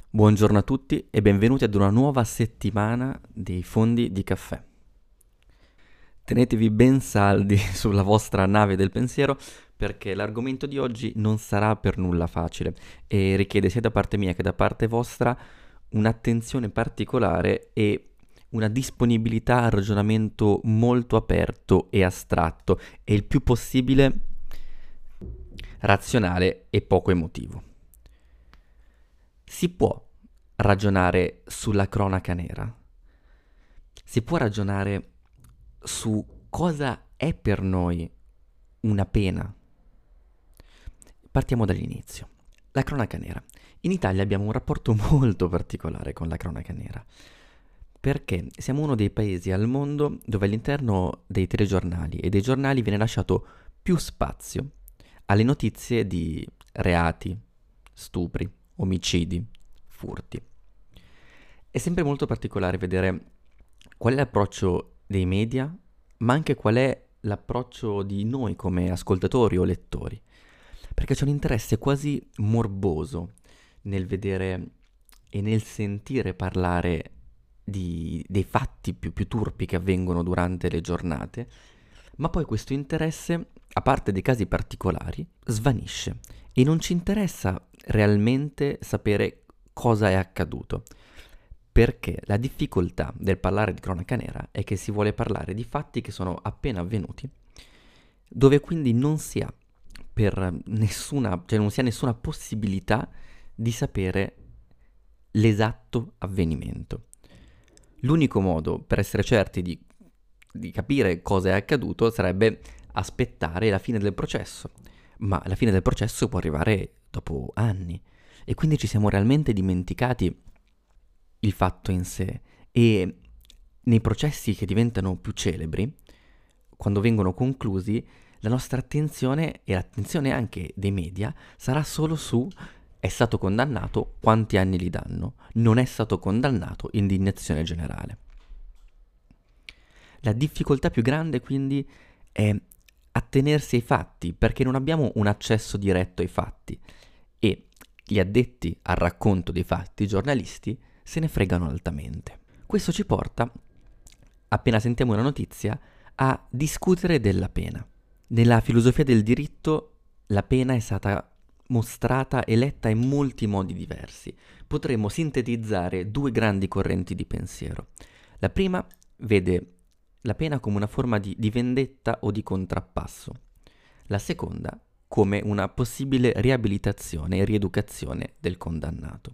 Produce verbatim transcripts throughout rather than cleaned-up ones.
Buongiorno a tutti e benvenuti ad una nuova settimana dei fondi di caffè. Tenetevi ben saldi sulla vostra nave del pensiero perché l'argomento di oggi non sarà per nulla facile e richiede sia da parte mia che da parte vostra un'attenzione particolare e una disponibilità al ragionamento molto aperto e astratto e il più possibile razionale e poco emotivo. Si può ragionare sulla cronaca nera? Si può ragionare su cosa è per noi una pena? Partiamo dall'inizio. La cronaca nera. In Italia abbiamo un rapporto molto particolare con la cronaca nera, perché siamo uno dei paesi al mondo dove all'interno dei telegiornali e dei giornali viene lasciato più spazio alle notizie di reati, stupri, omicidi, furti. È sempre molto particolare vedere qual è l'approccio dei media, ma anche qual è l'approccio di noi come ascoltatori o lettori, perché c'è un interesse quasi morboso nel vedere e nel sentire parlare di- dei fatti più, più turpi che avvengono durante le giornate, ma poi questo interesse, a parte dei casi particolari, svanisce e non ci interessa realmente sapere cosa è accaduto. Perché la difficoltà del parlare di cronaca nera è che si vuole parlare di fatti che sono appena avvenuti, dove quindi non si ha per nessuna, cioè non si ha nessuna possibilità di sapere l'esatto avvenimento. L'unico modo per essere certi di, di capire cosa è accaduto sarebbe aspettare la fine del processo, ma la fine del processo può arrivare dopo anni e quindi ci siamo realmente dimenticati il fatto in sé e nei processi che diventano più celebri, quando vengono conclusi, la nostra attenzione e l'attenzione anche dei media sarà solo su è stato condannato, quanti anni gli danno, non è stato condannato, indignazione generale. La difficoltà più grande quindi è attenersi ai fatti, perché non abbiamo un accesso diretto ai fatti e gli addetti al racconto dei fatti, i giornalisti, se ne fregano altamente. Questo ci porta, appena sentiamo una notizia, a discutere della pena. Nella filosofia del diritto la pena è stata mostrata e letta in molti modi diversi. Potremmo sintetizzare due grandi correnti di pensiero. La prima vede la pena come una forma di, di vendetta o di contrappasso. La seconda come una possibile riabilitazione e rieducazione del condannato.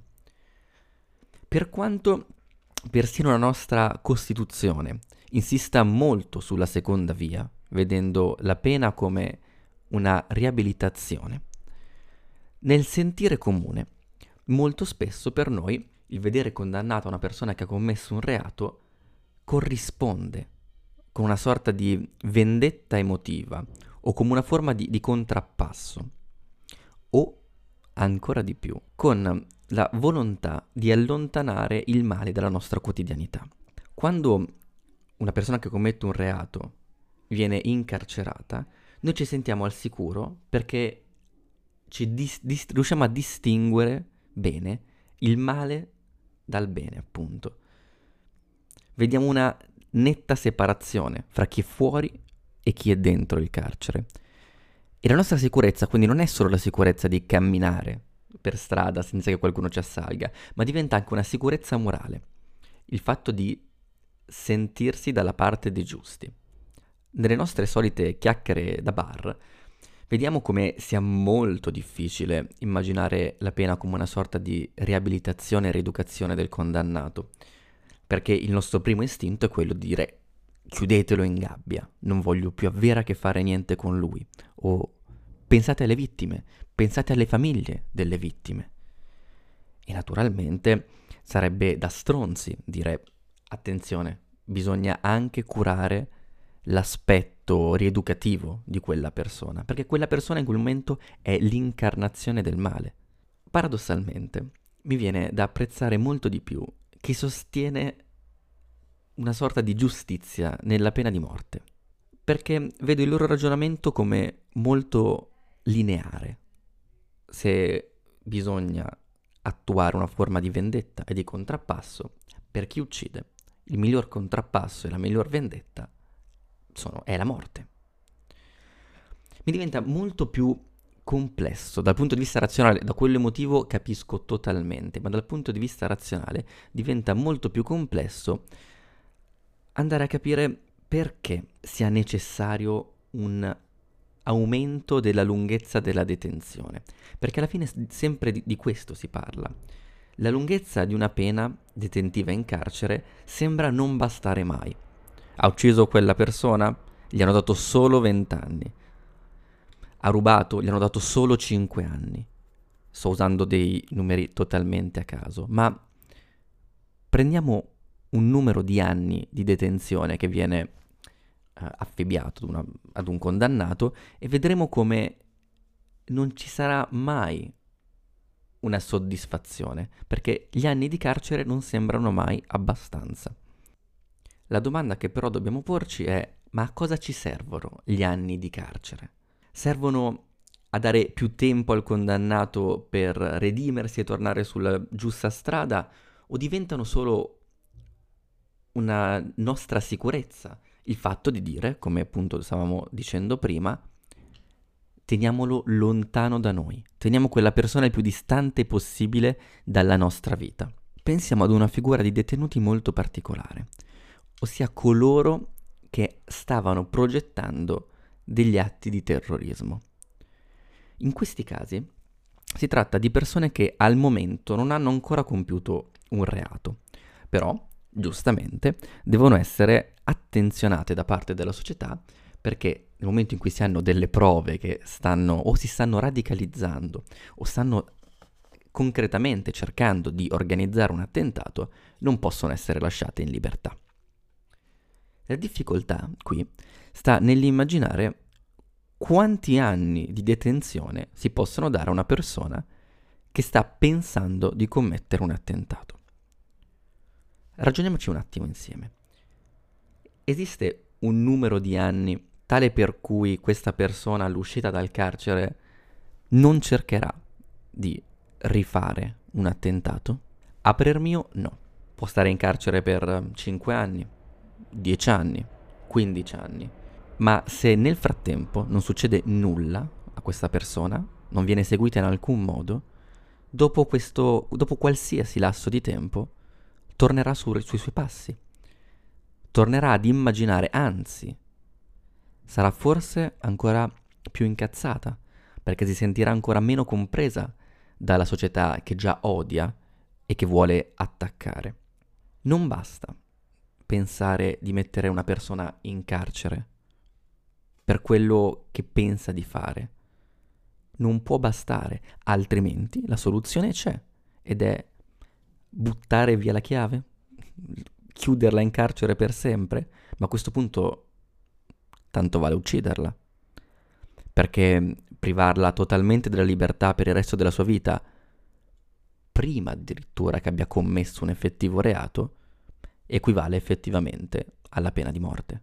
Per quanto persino la nostra Costituzione insista molto sulla seconda via, vedendo la pena come una riabilitazione, nel sentire comune, molto spesso per noi il vedere condannata una persona che ha commesso un reato corrisponde con una sorta di vendetta emotiva o come una forma di, di contrappasso o ancora di più con la volontà di allontanare il male dalla nostra quotidianità. Quando una persona che commette un reato viene incarcerata, noi ci sentiamo al sicuro perché ci dis- dis- riusciamo a distinguere bene il male dal bene, appunto. Vediamo una netta separazione fra chi è fuori e chi è dentro il carcere. E la nostra sicurezza quindi non è solo la sicurezza di camminare per strada senza che qualcuno ci assalga, ma diventa anche una sicurezza morale. Il fatto di sentirsi dalla parte dei giusti. Nelle nostre solite chiacchiere da bar, vediamo come sia molto difficile immaginare la pena come una sorta di riabilitazione e rieducazione del condannato, perché il nostro primo istinto è quello di dire chiudetelo in gabbia, non voglio più avere a che fare niente con lui, o pensate alle vittime, pensate alle famiglie delle vittime. E naturalmente sarebbe da stronzi dire attenzione, bisogna anche curare l'aspetto rieducativo di quella persona, perché quella persona in quel momento è l'incarnazione del male. Paradossalmente, mi viene da apprezzare molto di più chi sostiene una sorta di giustizia nella pena di morte, perché vedo il loro ragionamento come molto lineare. Se bisogna attuare una forma di vendetta e di contrappasso, per chi uccide il miglior contrappasso e la miglior vendetta sono, è la morte. Mi diventa molto più complesso dal punto di vista razionale. Da quello emotivo capisco totalmente, ma dal punto di vista razionale diventa molto più complesso andare a capire perché sia necessario un aumento della lunghezza della detenzione, perché alla fine sempre di, di questo si parla. La lunghezza di una pena detentiva in carcere sembra non bastare mai. Ha ucciso quella persona? Gli hanno dato solo venti anni. Ha rubato? Gli hanno dato solo cinque anni. Sto usando dei numeri totalmente a caso, ma prendiamo un numero di anni di detenzione che viene eh, affibbiato ad, una, ad un condannato e vedremo come non ci sarà mai una soddisfazione, perché gli anni di carcere non sembrano mai abbastanza. La domanda che però dobbiamo porci è: ma a cosa ci servono gli anni di carcere? Servono a dare più tempo al condannato per redimersi e tornare sulla giusta strada, o diventano solo una nostra sicurezza il fatto di dire, come appunto stavamo dicendo prima, teniamolo lontano da noi, teniamo quella persona il più distante possibile dalla nostra vita. Pensiamo ad una figura di detenuti molto particolare, ossia coloro che stavano progettando degli atti di terrorismo. In questi casi si tratta di persone che al momento non hanno ancora compiuto un reato, però, giustamente, devono essere attenzionate da parte della società, perché nel momento in cui si hanno delle prove che stanno o si stanno radicalizzando o stanno concretamente cercando di organizzare un attentato, non possono essere lasciate in libertà. La difficoltà qui sta nell'immaginare quanti anni di detenzione si possono dare a una persona che sta pensando di commettere un attentato. Ragioniamoci un attimo insieme. Esiste un numero di anni tale per cui questa persona all'uscita dal carcere non cercherà di rifare un attentato? A parer mio no. Può stare in carcere per cinque anni, dieci anni, quindici anni, ma se nel frattempo non succede nulla a questa persona, non viene seguita in alcun modo, dopo questo, dopo qualsiasi lasso di tempo, tornerà su, sui suoi passi. Tornerà ad immaginare, anzi, sarà forse ancora più incazzata, perché si sentirà ancora meno compresa dalla società che già odia e che vuole attaccare. Non basta pensare di mettere una persona in carcere per quello che pensa di fare. Non può bastare, altrimenti la soluzione c'è, ed è buttare via la chiave, chiuderla in carcere per sempre, ma a questo punto tanto vale ucciderla, perché privarla totalmente della libertà per il resto della sua vita, prima addirittura che abbia commesso un effettivo reato, equivale effettivamente alla pena di morte.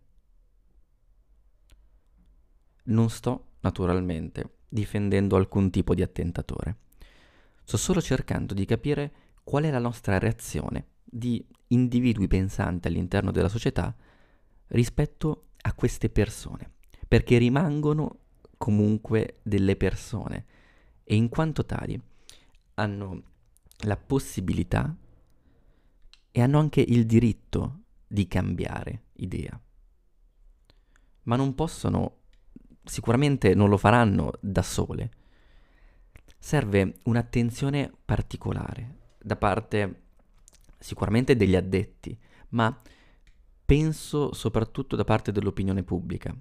Non sto, naturalmente, difendendo alcun tipo di attentatore. Sto solo cercando di capire qual è la nostra reazione di individui pensanti all'interno della società rispetto a queste persone, perché rimangono comunque delle persone e in quanto tali hanno la possibilità e hanno anche il diritto di cambiare idea, ma non possono, sicuramente non lo faranno da sole. Serve un'attenzione particolare da parte sicuramente degli addetti, ma penso soprattutto da parte dell'opinione pubblica.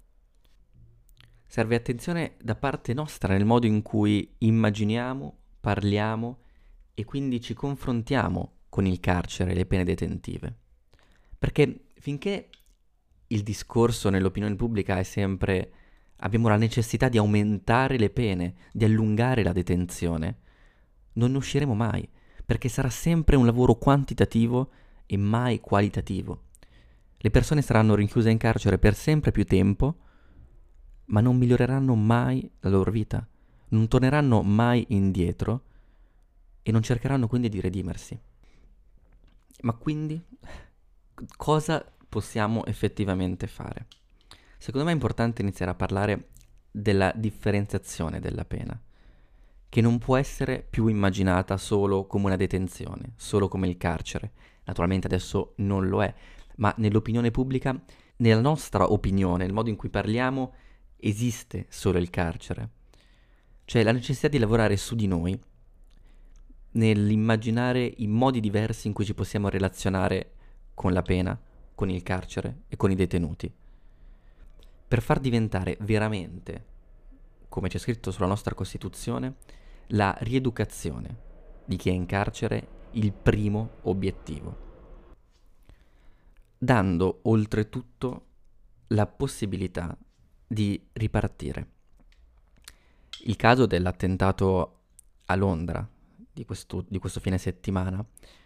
Serve attenzione da parte nostra nel modo in cui immaginiamo, parliamo e quindi ci confrontiamo con il carcere e le pene detentive. Perché finché il discorso nell'opinione pubblica è sempre abbiamo la necessità di aumentare le pene, di allungare la detenzione, non ne usciremo mai, perché sarà sempre un lavoro quantitativo e mai qualitativo. Le persone saranno rinchiuse in carcere per sempre più tempo, ma non miglioreranno mai la loro vita, non torneranno mai indietro e non cercheranno quindi di redimersi. Ma quindi cosa possiamo effettivamente fare? Secondo me è importante iniziare a parlare della differenziazione della pena, che non può essere più immaginata solo come una detenzione, solo come il carcere. Naturalmente adesso non lo è, ma nell'opinione pubblica, nella nostra opinione, nel modo in cui parliamo, esiste solo il carcere. Cioè la necessità di lavorare su di noi, nell'immaginare i modi diversi in cui ci possiamo relazionare con la pena, con il carcere e con i detenuti, per far diventare veramente, come c'è scritto sulla nostra Costituzione, la rieducazione di chi è in carcere il primo obiettivo, dando oltretutto la possibilità di ripartire. Il caso dell'attentato a Londra di questo, di questo fine settimana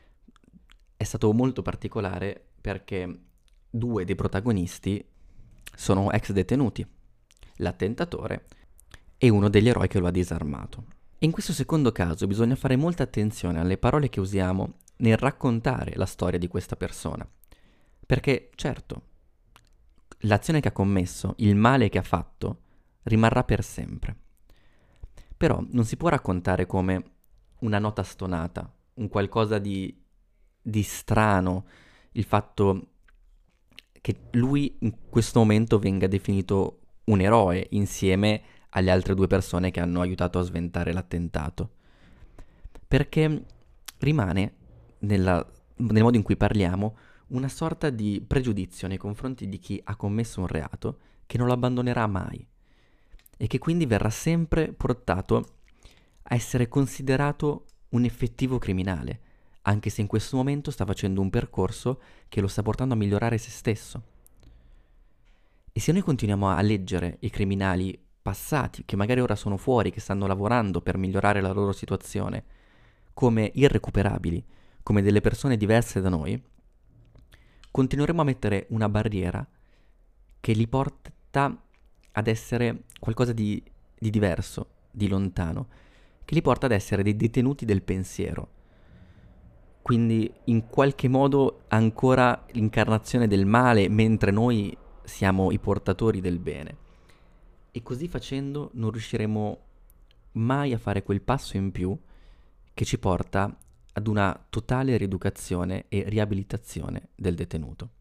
è stato molto particolare perché due dei protagonisti sono ex detenuti, l'attentatore e uno degli eroi che lo ha disarmato. E in questo secondo caso bisogna fare molta attenzione alle parole che usiamo nel raccontare la storia di questa persona, perché certo, l'azione che ha commesso, il male che ha fatto, rimarrà per sempre. Però non si può raccontare come una nota stonata, un qualcosa di, di strano, il fatto che lui in questo momento venga definito un eroe insieme alle altre due persone che hanno aiutato a sventare l'attentato. Perché rimane, nella, nel modo in cui parliamo, una sorta di pregiudizio nei confronti di chi ha commesso un reato che non lo abbandonerà mai e che quindi verrà sempre portato a essere considerato un effettivo criminale, anche se in questo momento sta facendo un percorso che lo sta portando a migliorare se stesso. E se noi continuiamo a leggere i criminali passati, che magari ora sono fuori, che stanno lavorando per migliorare la loro situazione, come irrecuperabili, come delle persone diverse da noi, continueremo a mettere una barriera che li porta ad essere qualcosa di, di diverso, di lontano, che li porta ad essere dei detenuti del pensiero. Quindi in qualche modo ancora l'incarnazione del male, mentre noi siamo i portatori del bene. E così facendo non riusciremo mai a fare quel passo in più che ci porta ad una totale rieducazione e riabilitazione del detenuto.